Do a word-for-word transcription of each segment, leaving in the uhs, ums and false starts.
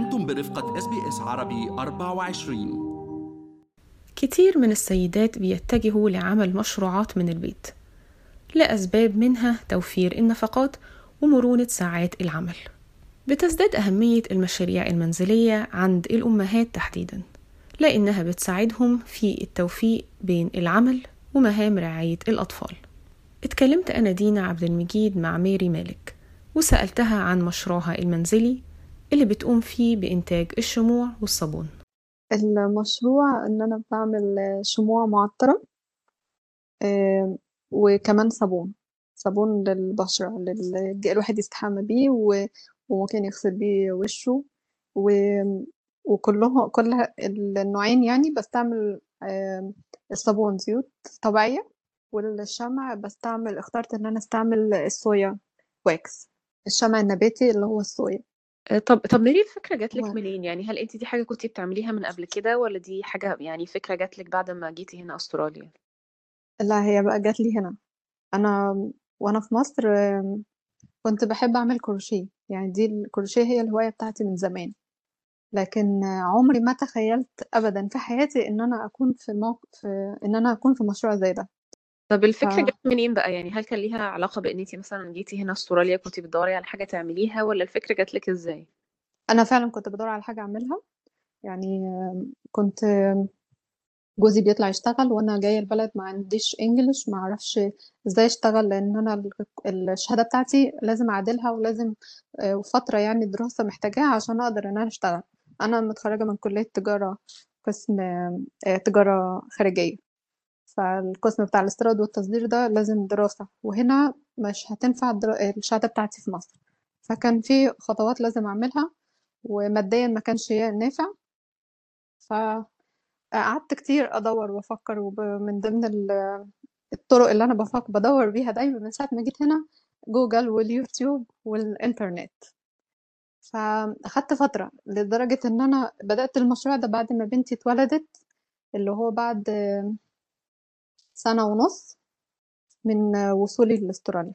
أنتم برفقة إس بي إس عربي أربعة وعشرين. كتير من السيدات بيتجهوا لعمل مشروعات من البيت لأسباب منها توفير النفقات ومرونة ساعات العمل. بتزداد أهمية المشاريع المنزلية عند الأمهات تحديدا لأنها بتساعدهم في التوفيق بين العمل ومهام رعاية الأطفال. اتكلمت أنا دينا عبد المجيد مع ميري مالك وسألتها عن مشروعها المنزلي اللي بتقوم فيه بإنتاج الشموع والصابون. المشروع ان انا بعمل شموع معطرة، آه، وكمان صابون صابون للبشرة، لل- الواحد يستحمى بيه و- وممكن يغسل بيه وشه و... وكلهم كل النوعين يعني بستعمل. آه، الصابون زيوت طبيعية، والشمع بستعمل اخترت ان انا استعمل الصويا واكس، الشمع النباتي اللي هو الصويا. آه، طب طب ميري، الفكرة جاتلك هو منين؟ يعني هل انت دي حاجة كنتي بتعمليها من قبل كده، ولا دي حاجة يعني فكرة جاتلك بعد ما جيتي هنا أستراليا؟ لا، هي بقى جات لي هنا. انا وانا في مصر آم، كنت بحب اعمل كروشيه، يعني دي الكروشيه هي الهوايه بتاعتي من زمان. لكن آه، عمري ما تخيلت ابدا في حياتي ان انا اكون في موقف، ان انا اكون في مشروع زي ده. طب الفكرة جات منين بقى؟ يعني هل كان ليها علاقة بان انت مثلا جيتي هنا أستراليا كنتي بتدوري على حاجة تعمليها، ولا الفكرة جاتلك ازاي؟ فانا فعلا كنت بدور على حاجه اعملها. يعني آم، كنت آم، جوزي بيطلع يشتغل وانا جايه البلد ما عنديش انجليش، ما اعرفش ازاي اشتغل، لان انا ال- الشهاده بتاعتي لازم اعدلها، ولازم آه، فتره يعني دراسه محتاجاها عشان اقدر ان انا اشتغل. انا متخرجه من كليه تجاره، قسم آه، تجاره خارجيه. فالقسم بتاع الاستيراد والتصدير ده لازم دراسه، وهنا مش هتنفع الدرا- الشهاده بتاعتي في مصر. فكان في خطوات لازم اعملها، وماديا ما كانش نافع. فقعدت كتير ادور وافكر، ومن ضمن ال الطرق اللي أنا بفكر بدور بيها دايما من ساعة ما جيت هنا جوجل واليوتيوب والإنترنت. فأخدت فترة لدرجة إن أنا بدأت المشروع ده بعد ما بنتي اتولدت، اللي هو بعد سنة ونص من وصولي لاستراليا.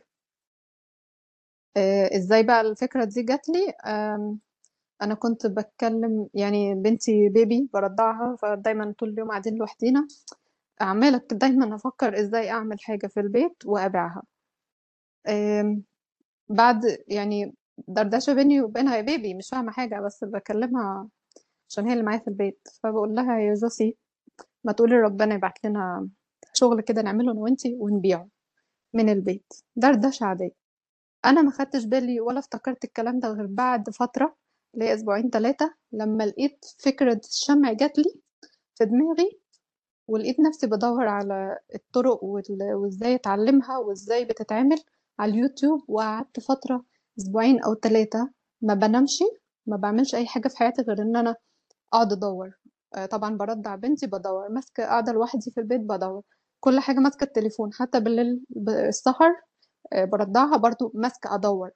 آه، ازاي بقى الفكرة دي جات لي؟ آم، أنا كنت بتكلم، يعني بنتي بيبي برضعها، فدايما طول اليوم قاعدين لوحدينا، عمالة دايما أفكر ازاي أعمل حاجة في البيت وأبيعها. آم، بعد يعني دردشة بيني وبينها، يا بيبي مش فاهمة حاجة بس بكلمها عشان هي اللي معايا في البيت، فبقول لها يا جوسي ما تقولي ربنا يبعت لنا شغل كده نعمله انا وانتي ونبيعه من البيت. دردشة عادية. انا ما خدتش بالي ولا افتكرت الكلام ده غير بعد فترة، اللي هي اسبوعين ثلاثة، لما لقيت فكرة الشمع جات لي في دماغي، ولقيت نفسي بدور على الطرق وال- وازاي اتعلمها وازاي بتتعمل على اليوتيوب. وقعدت فترة اسبوعين او ثلاثة ما بنامش، ما بعملش اي حاجة في حياتي غير ان انا اقعد ادور. آه، طبعا برضع بنتي بدور، ماسكة قاعدة لوحدي في البيت بدور، كل حاجة ماسكة التليفون، حتى بالليل ب- السهر آه، برضعها برضو ماسكة ادور.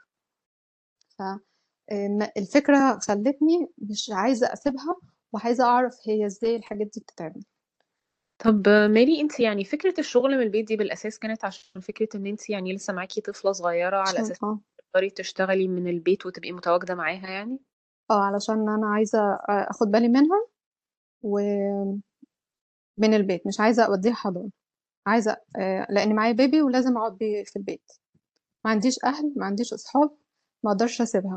فالفكرة خلتني مش عايزة اسيبها، وعايزة اعرف هي ازاي الحاجات دي بتتعمل. طب ماري، انت يعني فكرة الشغل من البيت دي بالأساس كانت عشان فكرة ان انت يعني لسه معاكي طفلة صغيرة، على عشان أساس اه تقدري تشتغلي من البيت وتبقي متواجدة معاها يعني؟ اه علشان انا عايزه اخد بالي منها ومن البيت، مش عايزه اوديها حضانه. عايزه آه، لان معايا بيبي ولازم اقعد بيه في البيت، ما عنديش اهل، ما عنديش اصحاب، ما اقدرش اسيبها.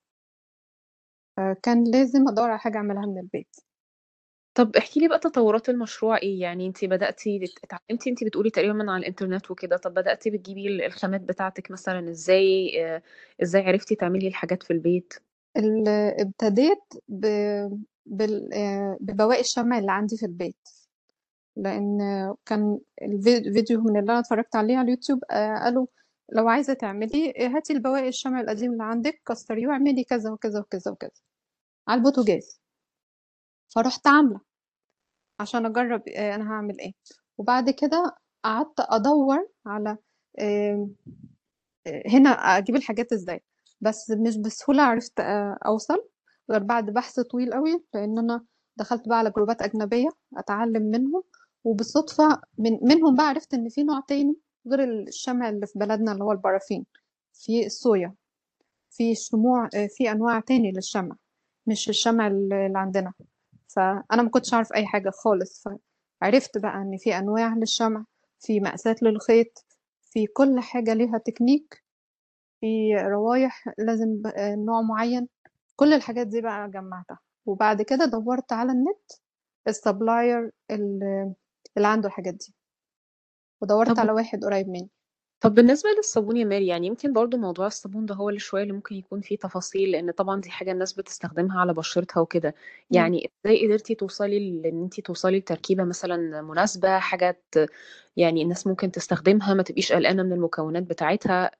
فكان لازم ادور على حاجه اعملها من البيت. طب احكي لي بقى تطورات المشروع ايه؟ يعني انت بدأتي تت- اتعلمتي، انت بتقولي تقريبا من على الانترنت وكده، طب بدأتي بتجيبي ال- الخامات بتاعتك مثلا ازاي؟ آه، ازاي عرفتي تعملي الحاجات في البيت؟ ال- ابتديت ب... بال... آه، ببواقي الشمع اللي عندي في البيت، لان كان الفيديو من اللي انا اتفرجت عليه على اليوتيوب آه، قالوا لو عايزه تعملي آه، هاتي البواقي الشمع القديم اللي عندك، كسريه واعملي كذا وكذا وكذا وكذا على البوتاجاز. فرحت عاملة عشان أجرب آه، أنا هعمل إيه. وبعد كده قعدت أدور على آم، آه، هنا أجيب الحاجات إزاي، بس مش بسهولة عرفت آه، أوصل غير بعد بحث طويل قوي، لأن أنا دخلت بقى على جروبات أجنبية أتعلم منهم. وبالصدفة من منهم بقى عرفت إن في نوع تاني غير الشمع اللي في بلدنا اللي هو البرافين، في الصويا، في الشموع، آه، في أنواع تاني للشمع مش الشمع اللي عندنا. فأنا ما كنتش أعرف أي حاجة خالص، فعرفت بقى إن في أنواع للشمع، في مقاسات للخيط، في كل حاجة ليها تكنيك، في روايح لازم نوع معين. كل الحاجات دي بقى جمعتها، وبعد كده دورت على النت السبلاير اللي عنده الحاجات دي، ودورت طب على واحد قريب مني. طب بالنسبة للصابون يا ماري، يعني يمكن برضو موضوع الصابون ده هو اللي شوية اللي ممكن يكون فيه تفاصيل، لأن طبعا دي حاجة الناس بتستخدمها على بشرتها وكده. مم. يعني ازاي قدرتي توصلي لأن انتي توصلي لتركيبة مثلا مناسبة، حاجات يعني الناس ممكن تستخدمها ما تبقيش قلقانة من المكونات بتاعتها؟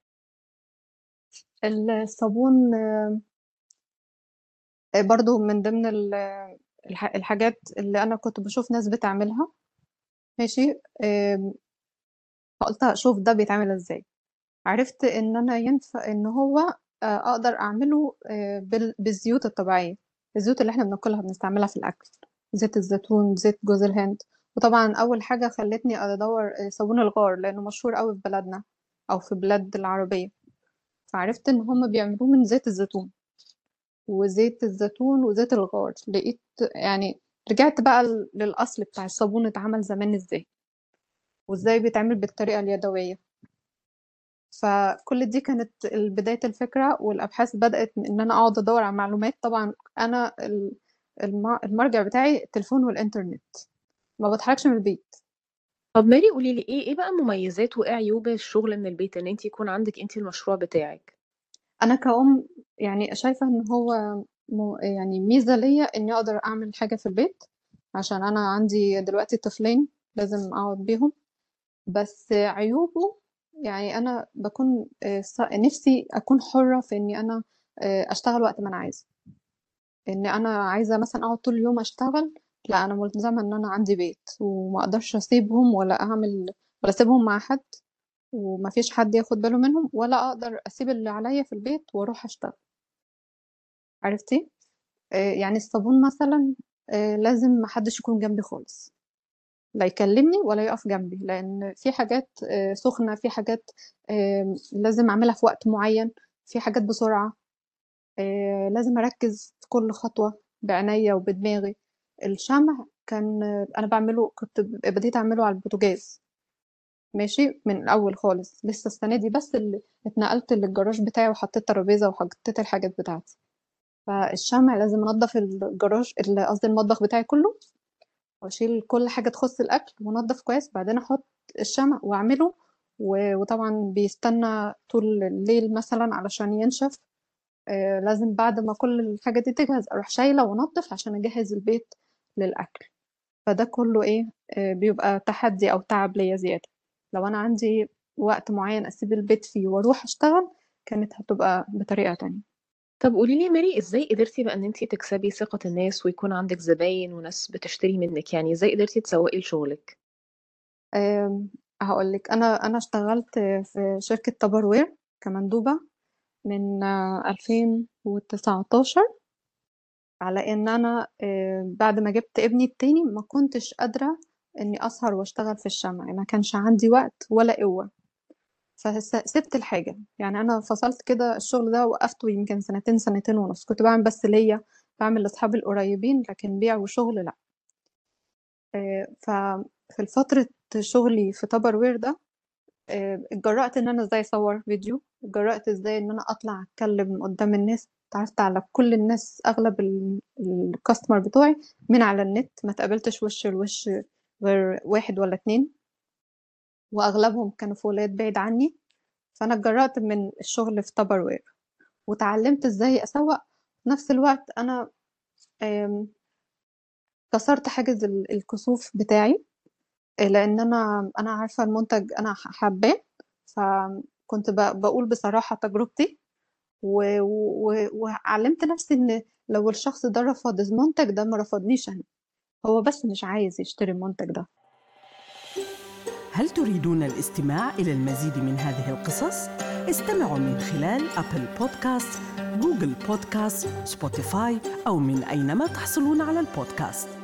الصابون برضو من ضمن الحاجات اللي أنا كنت بشوف ناس بتعملها. ماشي. فقلت أشوف ده بيتعمل ازاي. عرفت ان انا ينفع ان هو اقدر اعمله بالزيوت الطبيعية، الزيوت اللي احنا بناكلها بنستعملها في الاكل، زيت الزيتون، زيت جوز الهند. وطبعا اول حاجة خلتني ادور صابون الغار، لانه مشهور قوي في بلدنا او في بلاد العربية. فعرفت ان هم بيعملوه من زيت الزيتون، وزيت الزيتون وزيت الغار. لقيت يعني رجعت بقى للاصل بتاع الصابون اتعمل زمان ازاي، وازاي بيتعمل بالطريقة اليدوية. فكل دي كانت بداية الفكرة، والأبحاث بدأت من إن أنا أقعد أدور على معلومات. طبعا أنا المرجع بتاعي التليفون والإنترنت، ما بتحركش من البيت. طب ماري قولي لي ايه ايه بقى مميزات وايه عيوب الشغل من البيت، ان انتي يكون عندك انتي المشروع بتاعك؟ أنا كأم يعني شايفة إن هو م- يعني ميزة ليا إني أقدر أعمل حاجة في البيت، عشان أنا عندي دلوقتي طفلين لازم أقعد بيهم. بس عيوبه يعني أنا بكون نفسي أكون حرة في إني أنا أشتغل وقت ما أنا عايزة. ان انا عايزه مثلا اقعد طول اليوم اشتغل، لا انا ملزمه ان انا عندي بيت، وما اقدرش اسيبهم ولا اعمل ولا اسيبهم مع حد، وما فيش حد ياخد باله منهم، ولا اقدر اسيب اللي عليا في البيت واروح اشتغل. عرفتي؟ آه يعني الصابون مثلا آه لازم محدش يكون جنبي خالص، لا يكلمني ولا يقف جنبي، لان في حاجات آه سخنه، في حاجات آه لازم اعملها في وقت معين، في حاجات بسرعه. آه، لازم أركز في كل خطوة بعناية وبدماغي. الشمع كان آه، أنا بعمله، كنت ب- بديت أعمله على البوتاجاز. ماشي من الأول خالص، لسه السنة دي بس اللي اتنقلت للجراج بتاعي وحطيت ترابيزة وحطيت الحاجات بتاعتي. فالشمع لازم أنضف الجراج ال- قصدي المطبخ بتاعي كله، وأشيل كل حاجة تخص الأكل وأنضف كويس، بعدين أحط الشمع وأعمله. و- وطبعا بيستنى طول الليل مثلا علشان ينشف. آه، لازم بعد ما كل الحاجة دي تجهز أروح شايلة وأنضف عشان أجهز البيت للأكل. فده كله إيه، آه، بيبقى تحدي أو تعب ليا زيادة. لو أنا عندي وقت معين أسيب البيت فيه وأروح أشتغل، كانت هتبقى بطريقة تانية. طب قولي لي يا ماري، ازاي قدرتي بقى ان انتي تكسبي ثقة الناس ويكون عندك زباين وناس بتشتري منك؟ يعني ازاي قدرتي تسوقي لشغلك؟ آم، هقولك، أنا أنا اشتغلت في شركة تبروير كمندوبة من آه، ألفين وتسعتاشر. على ان انا آه، بعد ما جبت ابني التاني ما كنتش قادرة اني اسهر واشتغل في الشمع، ما كانش عندي وقت ولا قوة. فسبت الحاجة، يعني انا فصلت كده الشغل ده، وقفته يمكن سنتين سنتين ونص. كنت بعمل بس ليا، بعمل لاصحابي القريبين، لكن بيع وشغل لا. آه، ففي فترة شغلي في تبر وير ده آه، اتجرأت ان انا ازاي اصور فيديو، اتجرأت ازاي ان انا اطلع اتكلم قدام الناس. اتعرفت على كل الناس، اغلب الكاستمر بتوعي من على النت، ما تقابلتش وش لوش غير واحد ولا اتنين، واغلبهم كانوا في ولايات بعيد عني. فانا اتجرأت من الشغل في تبروير، وتعلمت ازاي اسوق. في نفس الوقت انا آم، كسرت حاجز ال- الكسوف بتاعي، لان انا انا عارفه المنتج انا ح- حباه. فكنت ب- بقول بصراحه تجربتي، و- و- وعلمت نفسي ان لو الشخص ده رفض المنتج ده، ما رفضنيش انا، هو بس مش عايز يشتري المنتج ده. هل تريدون الاستماع إلى المزيد من هذه القصص؟ استمعوا من خلال أبل بودكاست، جوجل بودكاست، سبوتيفاي أو من أينما تحصلون على البودكاست.